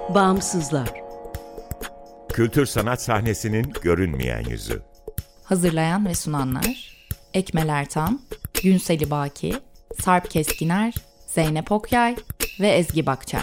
Bağımsızlar. Kültür sanat sahnesinin görünmeyen yüzü. Hazırlayan ve sunanlar Ekmel Ertan, Günseli Baki, Sarp Keskiner, Zeynep Okyay ve Ezgi Bakçay.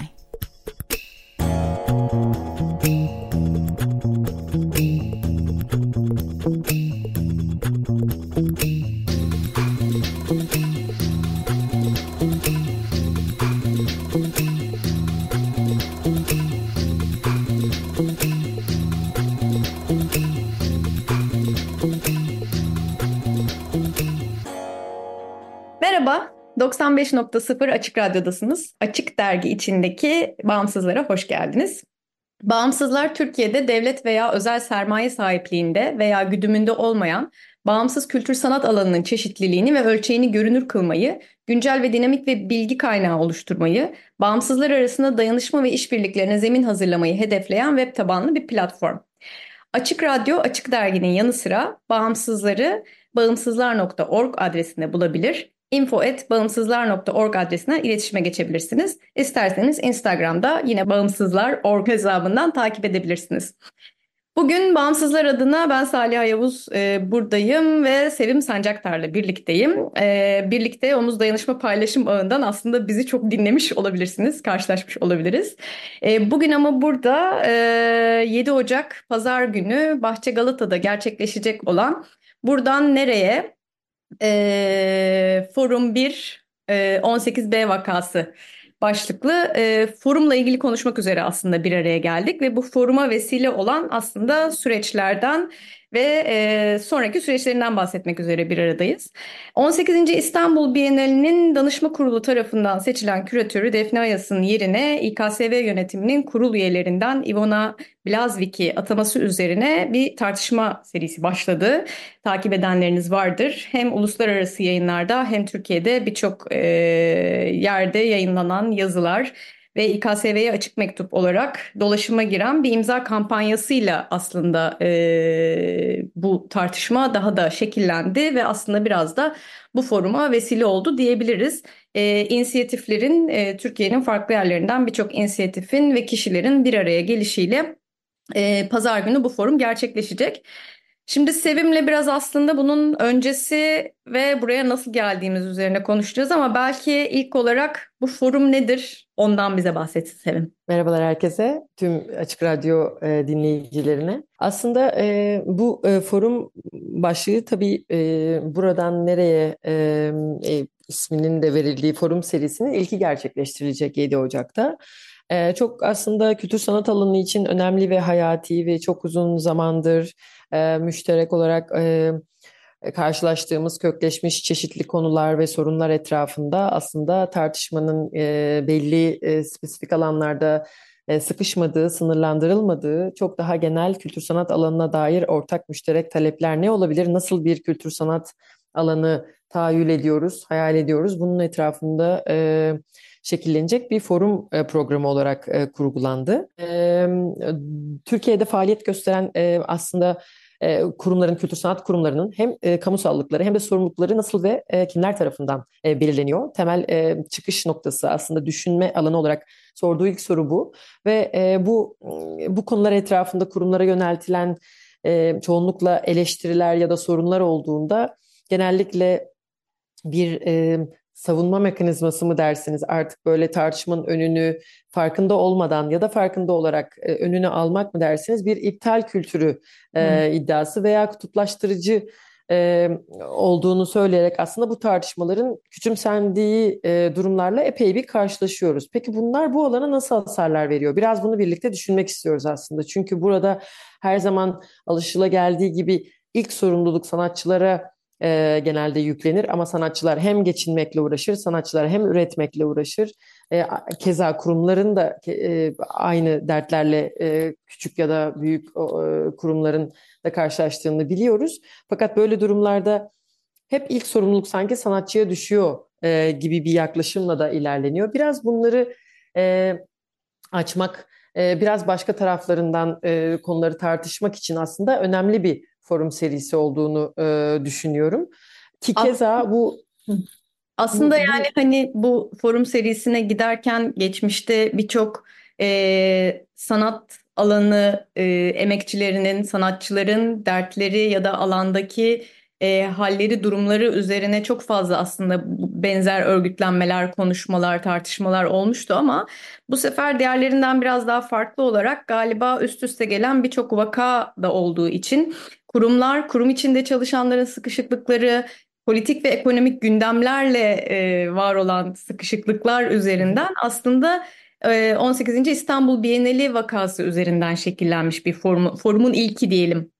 Merhaba, 95.0 Açık Radyo'dasınız. Açık Dergi içindeki Bağımsızlara hoş geldiniz. Bağımsızlar, Türkiye'de devlet veya özel sermaye sahipliğinde veya güdümünde olmayan bağımsız kültür sanat alanının çeşitliliğini ve ölçeğini görünür kılmayı, güncel ve dinamik ve bilgi kaynağı oluşturmayı, bağımsızlar arasında dayanışma ve işbirliklerine zemin hazırlamayı hedefleyen web tabanlı bir platform. Açık Radyo, Açık Dergi'nin yanı sıra bağımsızları bağımsızlar.org adresinde bulabilir. info@bağımsızlar.org adresine iletişime geçebilirsiniz. İsterseniz Instagram'da yine bağımsızlar.org hesabından takip edebilirsiniz. Bugün Bağımsızlar adına ben Saliha Yavuz buradayım ve Sevim Sancaktar'la birlikteyim. Birlikte Omuz Dayanışma Paylaşım Ağı'ndan aslında bizi çok dinlemiş olabilirsiniz, karşılaşmış olabiliriz. Bugün ama burada 7 Ocak Pazar günü Bahçe Galata'da gerçekleşecek olan Buradan Nereye? Forum 1 18B vakası başlıklı forumla ilgili konuşmak üzere aslında bir araya geldik ve bu foruma vesile olan aslında süreçlerden ve sonraki süreçlerinden bahsetmek üzere bir aradayız. 18. İstanbul Bienalinin Danışma Kurulu tarafından seçilen küratörü Defne Ayas'ın yerine İKSV yönetiminin kurul üyelerinden Ivona Blazvik'i ataması üzerine bir tartışma serisi başladı. Takip edenleriniz vardır. Hem uluslararası yayınlarda hem Türkiye'de birçok yerde yayınlanan yazılar ve İKSV'ye açık mektup olarak dolaşıma giren bir imza kampanyasıyla aslında bu tartışma daha da şekillendi ve aslında biraz da bu foruma vesile oldu diyebiliriz. İnisiyatiflerin Türkiye'nin farklı yerlerinden birçok inisiyatifin ve kişilerin bir araya gelişiyle Pazar günü bu forum gerçekleşecek. Şimdi Sevim'le biraz aslında bunun öncesi ve buraya nasıl geldiğimiz üzerine konuşacağız ama belki ilk olarak bu forum nedir? Ondan bize bahsetsin Sevim. Merhabalar herkese, tüm Açık Radyo dinleyicilerine. Aslında bu forum başlığı tabii Buradan Nereye isminin de verildiği forum serisinin ilki gerçekleştirilecek 7 Ocak'ta. Çok aslında kültür sanat alanı için önemli ve hayati ve çok uzun zamandır müşterek olarak karşılaştığımız kökleşmiş çeşitli konular ve sorunlar etrafında aslında tartışmanın belli spesifik alanlarda sıkışmadığı, sınırlandırılmadığı, çok daha genel kültür sanat alanına dair ortak müşterek talepler ne olabilir? Nasıl bir kültür sanat alanı tahayyül ediyoruz, hayal ediyoruz? Bunun etrafında şekillenecek bir forum programı olarak kurgulandı. Türkiye'de faaliyet gösteren aslında kurumların, kültür sanat kurumlarının hem kamusallıkları hem de sorumlulukları nasıl ve kimler tarafından belirleniyor? Temel çıkış noktası aslında düşünme alanı olarak sorduğu ilk soru bu. Ve bu konular etrafında kurumlara yöneltilen çoğunlukla eleştiriler ya da sorunlar olduğunda genellikle bir savunma mekanizması mı dersiniz, artık böyle tartışmanın önünü farkında olmadan ya da farkında olarak önünü almak mı dersiniz, bir iptal kültürü iddiası veya kutuplaştırıcı olduğunu söyleyerek aslında bu tartışmaların küçümsendiği durumlarla epey bir karşılaşıyoruz. Peki bunlar bu alana nasıl hasarlar veriyor? Biraz bunu birlikte düşünmek istiyoruz aslında. Çünkü burada her zaman alışılageldiği gibi ilk sorumluluk sanatçılara genelde yüklenir ama sanatçılar hem geçinmekle uğraşır, sanatçılar hem üretmekle uğraşır. Keza kurumların da aynı dertlerle küçük ya da büyük kurumların da karşılaştığını biliyoruz. Fakat böyle durumlarda hep ilk sorumluluk sanki sanatçıya düşüyor gibi bir yaklaşımla da ilerleniyor. Biraz bunları açmak, biraz başka taraflarından konuları tartışmak için aslında önemli bir forum serisi olduğunu düşünüyorum. Ki keza bu Aslında yani hani bu forum serisine giderken geçmişte birçok sanat alanı emekçilerinin, sanatçıların dertleri ya da alandaki halleri, durumları üzerine çok fazla aslında benzer örgütlenmeler, konuşmalar, tartışmalar olmuştu ama bu sefer diğerlerinden biraz daha farklı olarak galiba üst üste gelen birçok vaka da olduğu için kurumlar, kurum içinde çalışanların sıkışıklıkları, politik ve ekonomik gündemlerle var olan sıkışıklıklar üzerinden aslında 18. İstanbul Bienali vakası üzerinden şekillenmiş bir forumun ilki diyelim.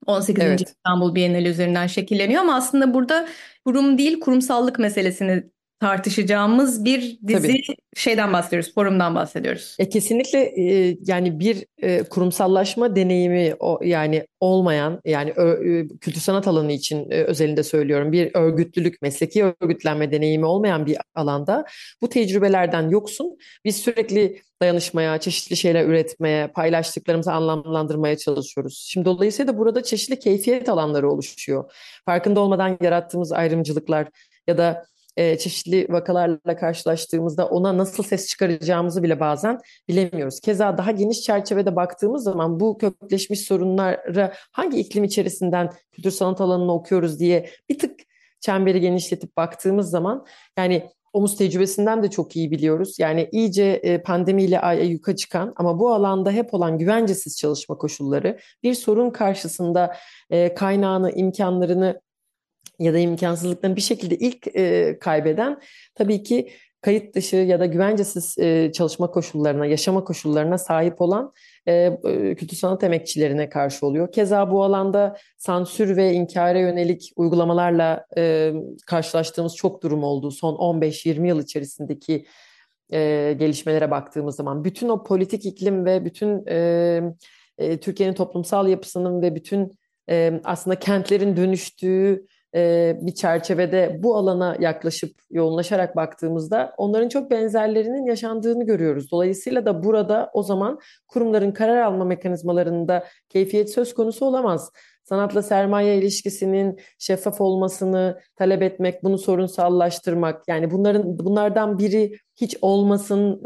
18. Evet, İstanbul Bienali üzerinden şekilleniyor ama aslında burada kurum değil kurumsallık meselesini tartışacağımız bir dizi tabii. şeyden bahsediyoruz, forumdan bahsediyoruz. Kesinlikle yani bir kurumsallaşma deneyimi yani olmayan yani kültür sanat alanı için özelinde söylüyorum bir örgütlülük mesleki örgütlenme deneyimi olmayan bir alanda bu tecrübelerden yoksun biz sürekli dayanışmaya çeşitli şeyler üretmeye paylaştıklarımızı anlamlandırmaya çalışıyoruz. Şimdi dolayısıyla da burada çeşitli keyfiyet alanları oluşuyor. Farkında olmadan yarattığımız ayrımcılıklar ya da çeşitli vakalarla karşılaştığımızda ona nasıl ses çıkaracağımızı bile bazen bilemiyoruz. Keza daha geniş çerçevede baktığımız zaman bu kökleşmiş sorunlara hangi iklim içerisinden kültür sanat alanını okuyoruz diye bir tık çemberi genişletip baktığımız zaman yani omuz tecrübesinden de çok iyi biliyoruz. Yani iyice pandemiyle ayyuka çıkan ama bu alanda hep olan güvencesiz çalışma koşulları bir sorun karşısında kaynağını, imkanlarını ya da imkansızlıklarını bir şekilde ilk kaybeden tabii ki kayıt dışı ya da güvencesiz çalışma koşullarına, yaşama koşullarına sahip olan kültür sanat emekçilerine karşı oluyor. Keza bu alanda sansür ve inkara yönelik uygulamalarla karşılaştığımız çok durum oldu. Son 15-20 yıl içerisindeki gelişmelere baktığımız zaman bütün o politik iklim ve bütün Türkiye'nin toplumsal yapısının ve bütün aslında kentlerin dönüştüğü bir çerçevede bu alana yaklaşıp yoğunlaşarak baktığımızda onların çok benzerlerinin yaşandığını görüyoruz. Dolayısıyla da burada o zaman kurumların karar alma mekanizmalarında keyfiyet söz konusu olamaz. Sanatla sermaye ilişkisinin şeffaf olmasını talep etmek, bunu sorunsallaştırmak, yani bunlardan biri hiç olmasın,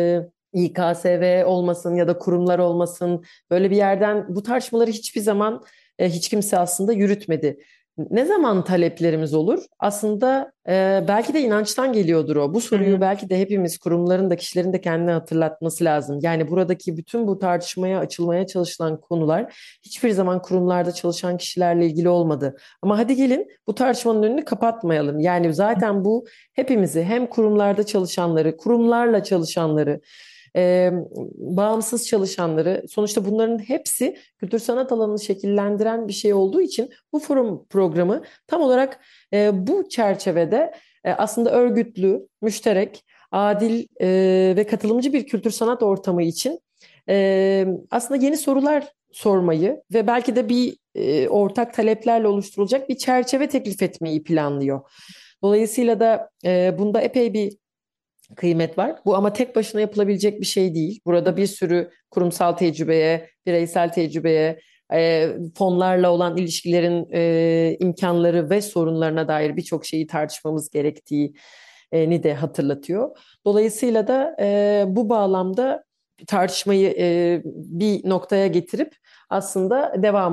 İKSV olmasın ya da kurumlar olmasın. Böyle bir yerden bu tartışmaları hiçbir zaman hiç kimse aslında yürütmedi. Ne zaman taleplerimiz olur? Aslında belki de inançtan geliyordur o. Bu Hı soruyu hı. belki de hepimiz kurumların da kişilerin de kendine hatırlatması lazım. Yani buradaki bütün bu tartışmaya açılmaya çalışılan konular hiçbir zaman kurumlarda çalışan kişilerle ilgili olmadı. Ama hadi gelin bu tartışmanın önünü kapatmayalım. Yani zaten bu hepimizi hem kurumlarda çalışanları, kurumlarla çalışanları, e, bağımsız çalışanları sonuçta bunların hepsi kültür sanat alanını şekillendiren bir şey olduğu için bu forum programı tam olarak bu çerçevede aslında örgütlü, müşterek, adil ve katılımcı bir kültür sanat ortamı için aslında yeni sorular sormayı ve belki de bir ortak taleplerle oluşturulacak bir çerçeve teklif etmeyi planlıyor. Dolayısıyla da bunda epey bir kıymet var. Bu ama tek başına yapılabilecek bir şey değil. Burada bir sürü kurumsal tecrübeye, bireysel tecrübeye, fonlarla olan ilişkilerin imkanları ve sorunlarına dair birçok şeyi tartışmamız gerektiğini de hatırlatıyor. Dolayısıyla da bu bağlamda tartışmayı bir noktaya getirip aslında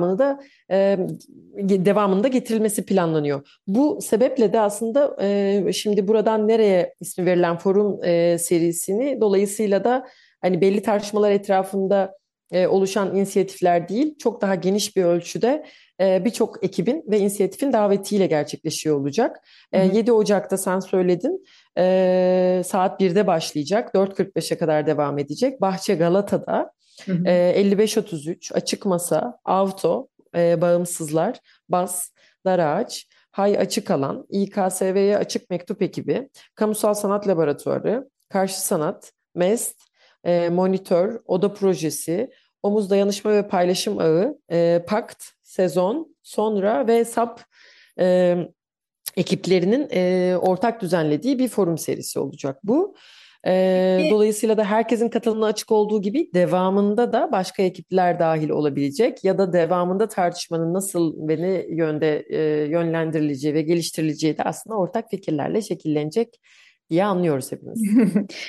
devamını da getirilmesi planlanıyor. Bu sebeple de aslında şimdi buradan nereye ismi verilen forum serisini dolayısıyla da hani belli tartışmalar etrafında oluşan inisiyatifler değil, çok daha geniş bir ölçüde birçok ekibin ve inisiyatifin davetiyle gerçekleşiyor olacak. Hı hı. 7 Ocak'ta sen söyledin, saat 1'de başlayacak, 4.45'e kadar devam edecek. Bahçe Galata'da. Hı hı. 55-33, Açık Masa, Avto, Bağımsızlar, BAS, Dar Ağaç, Hay Açık Alan, İKSV'ye Açık Mektup Ekibi, Kamusal Sanat Laboratuvarı, Karşı Sanat, MEST, Monitör, Oda Projesi, Omuz Dayanışma ve Paylaşım Ağı, Pakt, Sezon, Sonra ve SAP e, ekiplerinin ortak düzenlediği bir forum serisi olacak bu. Dolayısıyla da herkesin katılımına açık olduğu gibi devamında da başka ekipler dahil olabilecek ya da devamında tartışmanın nasıl ve ne yönde yönlendirileceği ve geliştirileceği de aslında ortak fikirlerle şekillenecek diye anlıyoruz hepimiz.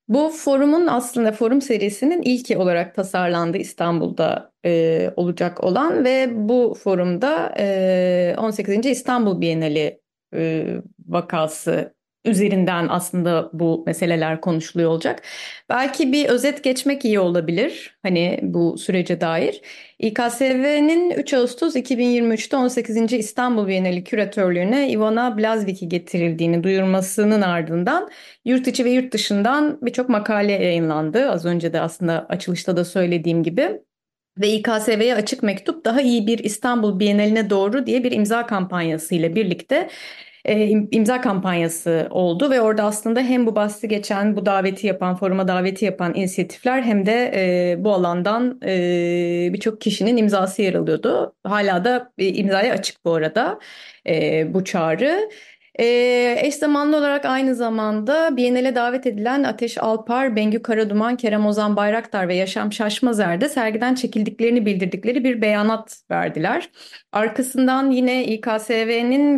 Bu forumun aslında forum serisinin ilki olarak tasarlandığı İstanbul'da olacak olan ve bu forumda 18. İstanbul Bienali vakası üzerinden aslında bu meseleler konuşuluyor olacak. Belki bir özet geçmek iyi olabilir hani bu sürece dair. İKSV'nin 3 Ağustos 2023'te 18. İstanbul Bienali küratörlüğüne Ivana Blazvik'i getirildiğini duyurmasının ardından yurt içi ve yurt dışından birçok makale yayınlandı. Az önce de aslında açılışta da söylediğim gibi. Ve İKSV'ye açık mektup daha iyi bir İstanbul Bienali'ne doğru diye bir imza kampanyası ile birlikte imza kampanyası oldu ve orada aslında hem bu bahsi geçen bu daveti yapan foruma daveti yapan inisiyatifler hem de bu alandan birçok kişinin imzası yer alıyordu. Hala da imzaya açık bu arada bu çağrı. Eş zamanlı olarak aynı zamanda Biennale davet edilen Ateş Alpar, Bengü Karaduman, Kerem Ozan Bayraktar ve Yaşam Şaşmazer de sergiden çekildiklerini bildirdikleri bir beyanat verdiler. Arkasından yine İKSV'nin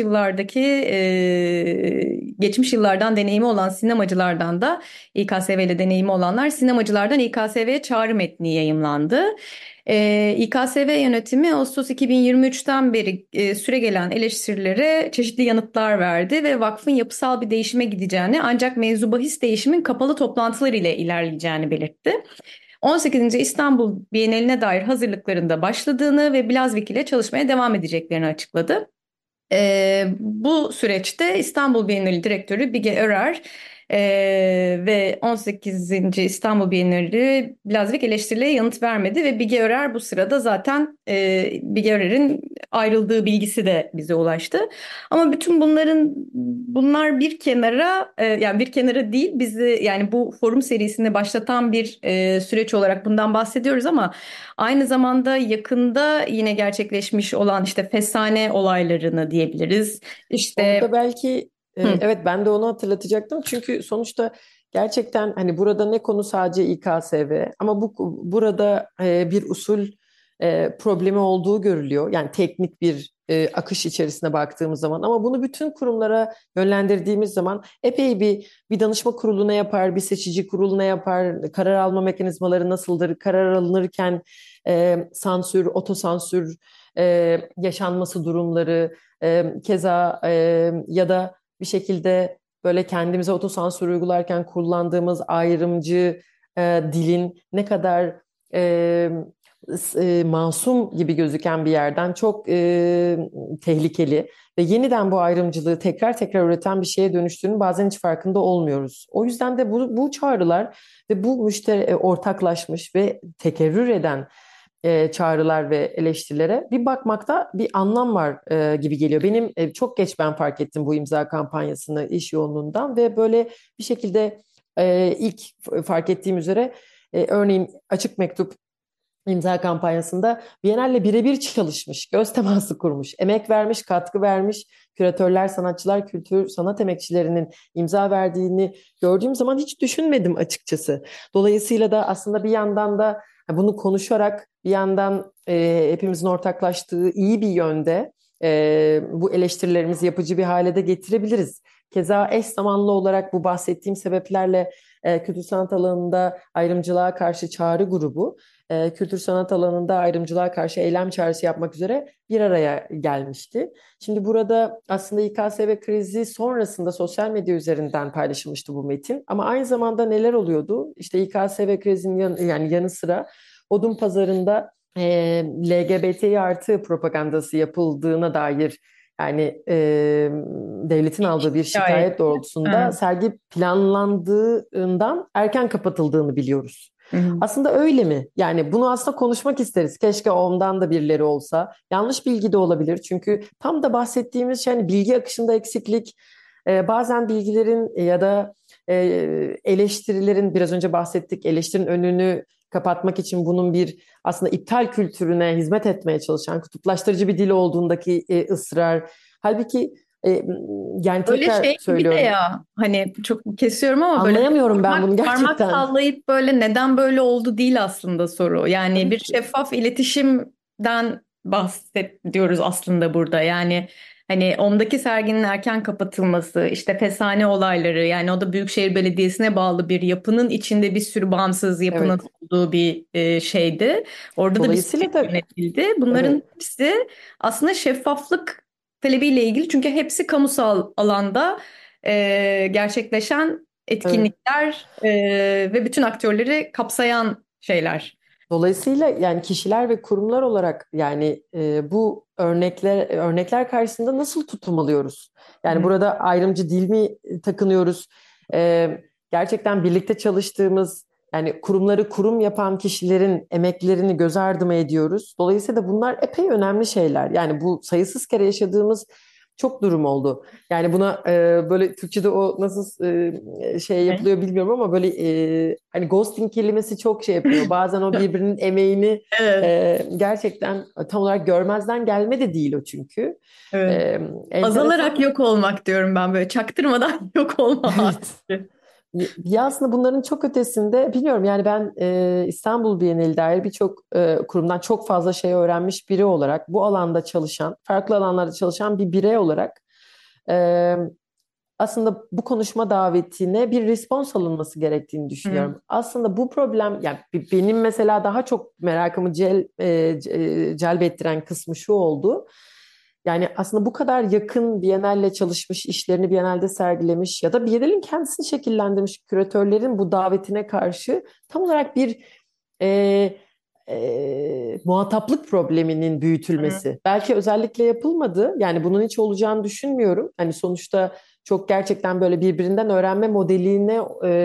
geçmiş yıllardan deneyimi olan sinemacılardan da İKSV ile deneyimi olanlar sinemacılardan İKSV'ye çağrı metni yayımlandı. İKSV yönetimi Ağustos 2023'ten beri süregelen eleştirilere çeşitli yanıtlar verdi ve vakfın yapısal bir değişime gideceğini ancak mevzu bahis değişimin kapalı toplantılar ile ilerleyeceğini belirtti. 18. İstanbul Bienali'ne dair hazırlıklarında başladığını ve Blazvik ile çalışmaya devam edeceklerini açıkladı. Bu süreçte İstanbul Bienali Direktörü Bige Örer ve 18. İstanbul Bienali Blazvik eleştirilere yanıt vermedi ve Bige Örer bu sırada zaten Bige Örer'in ayrıldığı bilgisi de bize ulaştı. Ama bütün bunlar bir kenara yani bir kenara değil bizi yani bu forum serisini başlatan bir süreç olarak bundan bahsediyoruz ama aynı zamanda yakında yine gerçekleşmiş olan işte Fesane olaylarını diyebiliriz. İşte Orada belki hı, evet, ben de onu hatırlatacaktım. Çünkü sonuçta gerçekten hani burada ne konu sadece İKSV ama burada bir usul problemi olduğu görülüyor. Yani teknik bir akış içerisine baktığımız zaman ama bunu bütün kurumlara yönlendirdiğimiz zaman epey bir danışma kuruluna yapar, bir seçici kuruluna yapar, karar alma mekanizmaları nasıldır, karar alınırken sansür, otosansür yaşanması durumları, keza ya da bir şekilde böyle kendimize otosansür uygularken kullandığımız ayrımcı dilin ne kadar e, masum gibi gözüken bir yerden çok tehlikeli ve yeniden bu ayrımcılığı tekrar tekrar üreten bir şeye dönüştüğünün bazen hiç farkında olmuyoruz. O yüzden de bu çağrılar ve bu ortaklaşmış ve tekerrür eden çağrılar ve eleştirilere bir bakmakta bir anlam var gibi geliyor. Benim çok geç ben fark ettim bu imza kampanyasını iş yoğunluğundan ve böyle bir şekilde ilk fark ettiğim üzere örneğin Açık Mektup imza kampanyasında Biennale birebir çalışmış, göz teması kurmuş, emek vermiş, katkı vermiş, küratörler, sanatçılar, kültür, sanat emekçilerinin imza verdiğini gördüğüm zaman hiç düşünmedim açıkçası. Dolayısıyla da aslında bir yandan da bunu konuşarak bir yandan hepimizin ortaklaştığı iyi bir yönde bu eleştirilerimizi yapıcı bir hale de getirebiliriz. Keza eş zamanlı olarak bu bahsettiğim sebeplerle kültür sanat alanında ayrımcılığa karşı çağrı grubu kültür sanat alanında ayrımcılığa karşı eylem çağrısı yapmak üzere bir araya gelmişti. Şimdi burada aslında İKSV krizi sonrasında sosyal medya üzerinden paylaşılmıştı bu metin. Ama aynı zamanda neler oluyordu? İşte İKSV krizinin yanı sıra odun pazarında LGBT artı propagandası yapıldığına dair yani devletin aldığı bir şikayet doğrultusunda evet. sergi planlandığından erken kapatıldığını biliyoruz. Hı hı. Aslında öyle mi? Yani bunu aslında konuşmak isteriz. Keşke ondan da birileri olsa. Yanlış bilgi de olabilir. Çünkü tam da bahsettiğimiz şey hani bilgi akışında eksiklik, bazen bilgilerin ya da eleştirilerin biraz önce bahsettik eleştirinin önünü kapatmak için bunun bir aslında iptal kültürüne hizmet etmeye çalışan kutuplaştırıcı bir dil olduğundaki ısrar. Halbuki yani Öyle tekrar şey gibi de söylüyorum. ya hani çok kesiyorum ama böyle Anlayamıyorum ben bunu parmak gerçekten. sallayıp böyle neden böyle oldu değil aslında soru. Yani Tabii bir ki. şeffaf iletişimden bahsediyoruz aslında burada. Yani Hani ondaki serginin erken kapatılması, işte Fesane olayları, yani o da Büyükşehir Belediyesi'ne bağlı bir yapının içinde bir sürü bağımsız yapının Evet. olduğu bir şeydi. Orada da bir süreç Dolayısıyla da yönetildi. Bunların evet, hepsi aslında şeffaflık talebiyle ilgili, çünkü hepsi kamusal alanda gerçekleşen evet. etkinlikler ve bütün aktörleri kapsayan şeyler. Dolayısıyla yani kişiler ve kurumlar olarak yani bu örnekler karşısında nasıl tutum alıyoruz? Hı Yani hı. burada ayrımcı dil mi takınıyoruz? E, Gerçekten birlikte çalıştığımız yani kurumları kurum yapan kişilerin emeklerini göz ardı mı ediyoruz? Dolayısıyla da bunlar epey önemli şeyler. Yani bu sayısız kere yaşadığımız çok durum oldu. Yani buna böyle Türkçe'de o nasıl şey Ne? yapılıyor bilmiyorum ama böyle hani ghosting kelimesi çok şey yapıyor. Bazen o birbirinin emeğini Evet, gerçekten tam olarak görmezden gelme de değil o çünkü. evet. Azalarak Enteresan. yok olmak diyorum ben, böyle çaktırmadan yok olma Evet. hali. Ya aslında bunların çok ötesinde bilmiyorum yani ben İstanbul Bienali dair birçok kurumdan çok fazla şey öğrenmiş biri olarak bu alanda çalışan, farklı alanlarda çalışan bir birey olarak e, aslında bu konuşma davetine bir respons alınması gerektiğini Hı. düşünüyorum. Aslında bu problem yani benim mesela daha çok merakımı celbettiren kısmı şu oldu. Yani aslında bu kadar yakın Biennale çalışmış, işlerini Biennale'de sergilemiş ya da Biennale'in kendisini şekillendirmiş küratörlerin bu davetine karşı tam olarak bir e, muhataplık probleminin Hı. büyütülmesi. Belki özellikle yapılmadı. Yani bunun hiç olacağını düşünmüyorum. Hani sonuçta çok gerçekten böyle birbirinden öğrenme modeline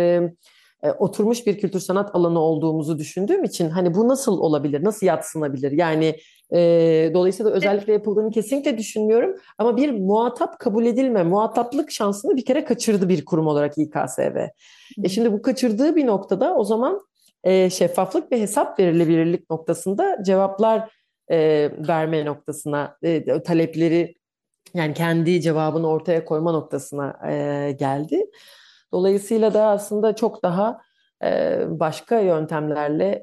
oturmuş bir kültür sanat alanı olduğumuzu düşündüğüm için hani bu nasıl olabilir, nasıl yadsınabilir? Yani dolayısıyla özellikle yapıldığını kesinlikle düşünmüyorum. Ama bir muhatap kabul edilme, muhataplık şansını bir kere kaçırdı bir kurum olarak İKSV. Şimdi bu kaçırdığı bir noktada o zaman şeffaflık ve hesap verilebilirlik noktasında cevaplar verme noktasına, talepleri yani kendi cevabını ortaya koyma noktasına geldi. Dolayısıyla da aslında çok daha başka yöntemlerle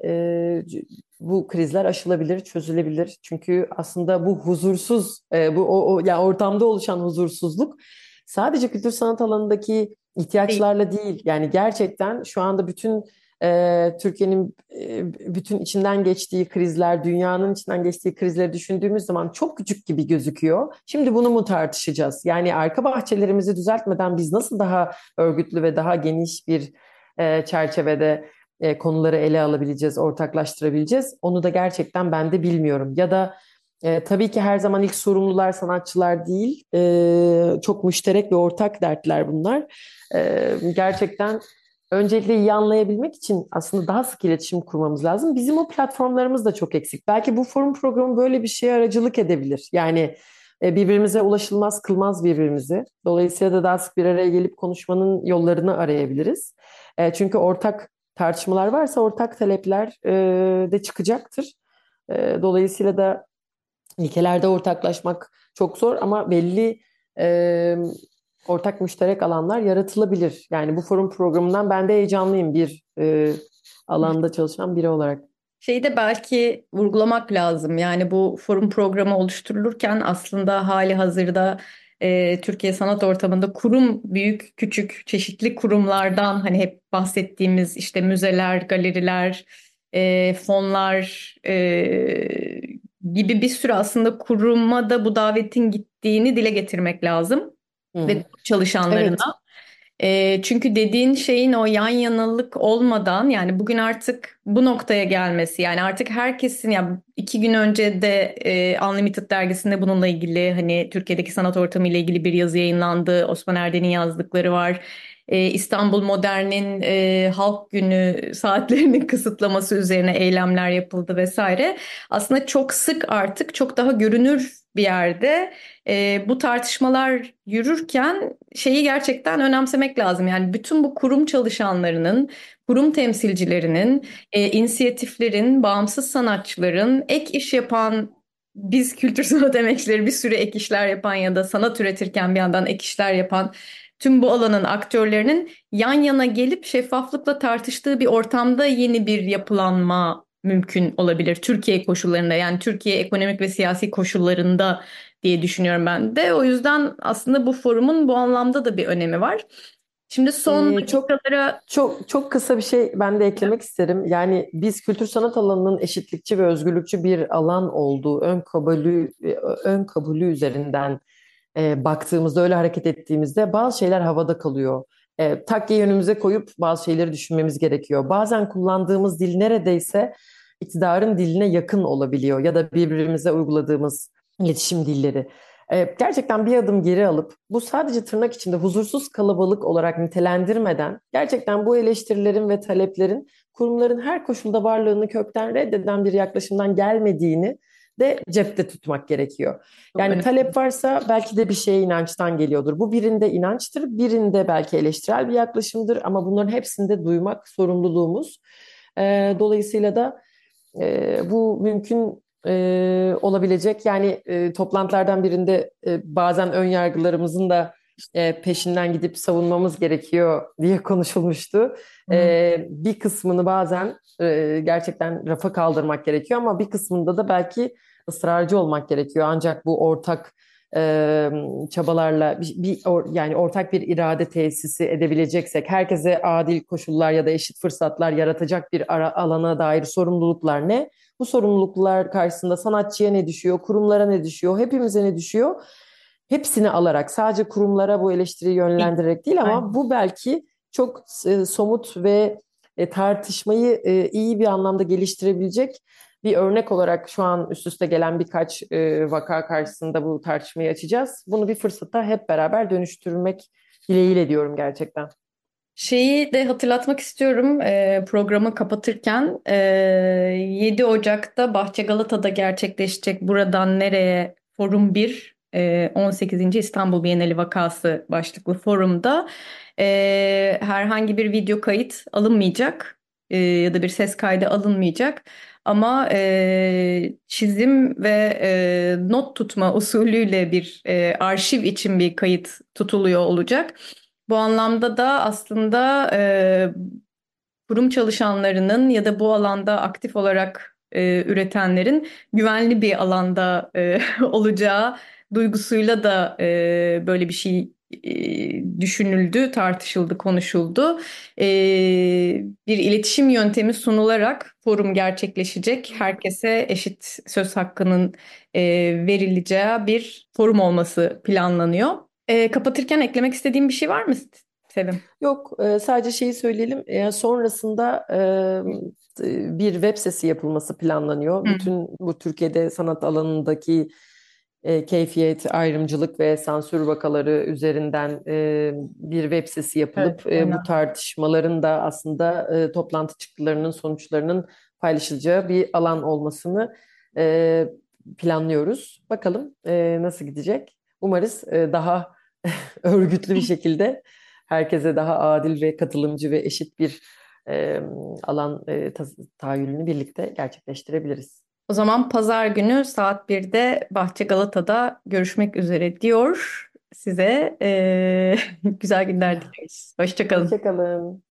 bu krizler aşılabilir, çözülebilir. Çünkü aslında bu huzursuz, yani ortamda oluşan huzursuzluk sadece kültür sanat alanındaki Değil. ihtiyaçlarla değil. Yani gerçekten şu anda bütün Türkiye'nin bütün içinden geçtiği krizler, dünyanın içinden geçtiği krizleri düşündüğümüz zaman çok küçük gibi gözüküyor. Şimdi bunu mu tartışacağız? Yani arka bahçelerimizi düzeltmeden biz nasıl daha örgütlü ve daha geniş bir çerçevede konuları ele alabileceğiz, ortaklaştırabileceğiz? Onu da gerçekten ben de bilmiyorum. Ya da tabii ki her zaman ilk sorumlular sanatçılar değil, çok müşterek ve ortak dertler bunlar. Gerçekten öncelikle iyi anlayabilmek için aslında daha sık iletişim kurmamız lazım. Bizim o platformlarımız da çok eksik. Belki bu forum programı böyle bir şeye aracılık edebilir. Yani birbirimize ulaşılmaz kılmaz birbirimizi. Dolayısıyla da daha sık bir araya gelip konuşmanın yollarını arayabiliriz. Çünkü ortak tartışmalar varsa ortak talepler de çıkacaktır. Dolayısıyla da İlkelerde ortaklaşmak çok zor ama belli e, ortak müşterek alanlar yaratılabilir. Yani bu forum programından ben de heyecanlıyım bir alanda çalışan biri olarak. Şeyi de belki vurgulamak lazım. Yani bu forum programı oluşturulurken aslında hali hazırda Türkiye sanat ortamında kurum, büyük küçük çeşitli kurumlardan, hani hep bahsettiğimiz işte müzeler, galeriler, fonlar gibi bir sürü aslında kuruma da bu davetin gittiğini dile getirmek lazım Hı hı. ve çalışanlarına. Evet. Çünkü dediğin şeyin o yan yanalık olmadan, yani bugün artık bu noktaya gelmesi, yani artık herkesin, ya 2 gün önce de Unlimited dergisinde bununla ilgili, hani Türkiye'deki sanat ortamı ile ilgili bir yazı yayınlandı. Osman Erden'in yazdıkları var. İstanbul Modern'in Halk Günü saatlerinin kısıtlaması üzerine eylemler yapıldı vesaire. Aslında çok sık, artık çok daha görünür bir yerde bu tartışmalar yürürken şeyi gerçekten önemsemek lazım. Yani bütün bu kurum çalışanlarının, kurum temsilcilerinin, inisiyatiflerin, bağımsız sanatçıların, ek iş yapan, biz kültür sanat emekçileri bir sürü ek işler yapan ya da sanat üretirken bir yandan ek işler yapan tüm bu alanın aktörlerinin yan yana gelip şeffaflıkla tartıştığı bir ortamda yeni bir yapılanma mümkün olabilir. Türkiye koşullarında, yani Türkiye ekonomik ve siyasi koşullarında diye düşünüyorum ben de. O yüzden aslında bu forumun bu anlamda da bir önemi var. Şimdi son Çok dakikalara çok kısa bir şey ben de eklemek isterim. Yani biz kültür sanat alanının eşitlikçi ve özgürlükçü bir alan olduğu ön kabulü üzerinden baktığımızda, öyle hareket ettiğimizde bazı şeyler havada kalıyor. Takkeyi önümüze koyup bazı şeyleri düşünmemiz gerekiyor. Bazen kullandığımız dil neredeyse iktidarın diline yakın olabiliyor ya da birbirimize uyguladığımız iletişim dilleri. Gerçekten bir adım geri alıp bu sadece tırnak içinde huzursuz kalabalık olarak nitelendirmeden gerçekten bu eleştirilerin ve taleplerin kurumların her koşulda varlığını kökten reddeden bir yaklaşımdan gelmediğini de cepte tutmak gerekiyor. çok Yani önemli. talep varsa belki de bir şeye inançtan geliyordur. Bu birinde inançtır, birinde belki eleştirel bir yaklaşımdır ama bunların hepsini de duymak sorumluluğumuz. Dolayısıyla da bu mümkün olabilecek. Yani toplantılardan birinde bazen ön yargılarımızın da peşinden gidip savunmamız gerekiyor diye konuşulmuştu. Hı. Bir kısmını bazen gerçekten rafa kaldırmak gerekiyor ama bir kısmında da belki ısrarcı olmak gerekiyor. Ancak bu ortak çabalarla yani ortak bir irade tesisi edebileceksek, herkese adil koşullar ya da eşit fırsatlar yaratacak bir alana dair sorumluluklar ne? Bu sorumluluklar karşısında sanatçıya ne düşüyor, kurumlara ne düşüyor, hepimize ne düşüyor? Hepsini alarak, sadece kurumlara bu eleştiriyi yönlendirerek değil ama Aynen. bu belki çok somut ve tartışmayı iyi bir anlamda geliştirebilecek bir örnek olarak şu an üst üste gelen birkaç vaka karşısında bu tartışmayı açacağız. Bunu bir fırsata hep beraber dönüştürmek dileğiyle diyorum gerçekten. Şeyi de hatırlatmak istiyorum programı kapatırken 7 Ocak'ta Bahçe Galata'da gerçekleşecek Buradan Nereye Forum 1 18. İstanbul Bienali Vakası başlıklı forumda herhangi bir video kayıt alınmayacak ya da bir ses kaydı alınmayacak. Ama çizim ve not tutma usulüyle bir arşiv için bir kayıt tutuluyor olacak. Bu anlamda da aslında kurum çalışanlarının ya da bu alanda aktif olarak üretenlerin güvenli bir alanda olacağı duygusuyla da böyle bir şey düşünüldü, tartışıldı, konuşuldu. E, Bir iletişim yöntemi sunularak forum gerçekleşecek. Herkese eşit söz hakkının e, verileceği bir forum olması planlanıyor. Kapatırken eklemek istediğim bir şey var mı Sevim? Yok, sadece şeyi söyleyelim. Sonrasında bir web sitesi yapılması planlanıyor. Hı. Bütün bu Türkiye'de sanat alanındaki keyfiyet, ayrımcılık ve sansür vakaları üzerinden bir web sitesi Evet, yapılıp bu önemli. tartışmaların da aslında toplantı çıktılarının, sonuçlarının paylaşılacağı bir alan olmasını e, planlıyoruz. Bakalım nasıl gidecek? Umarız daha örgütlü bir şekilde herkese daha adil ve katılımcı ve eşit bir e, alan tahayyülünü birlikte gerçekleştirebiliriz. O zaman pazar günü saat 1'de Bahçe Galata'da görüşmek üzere diyor. Size güzel günler dileriz. Hoşça kalın. Hoşça kalın.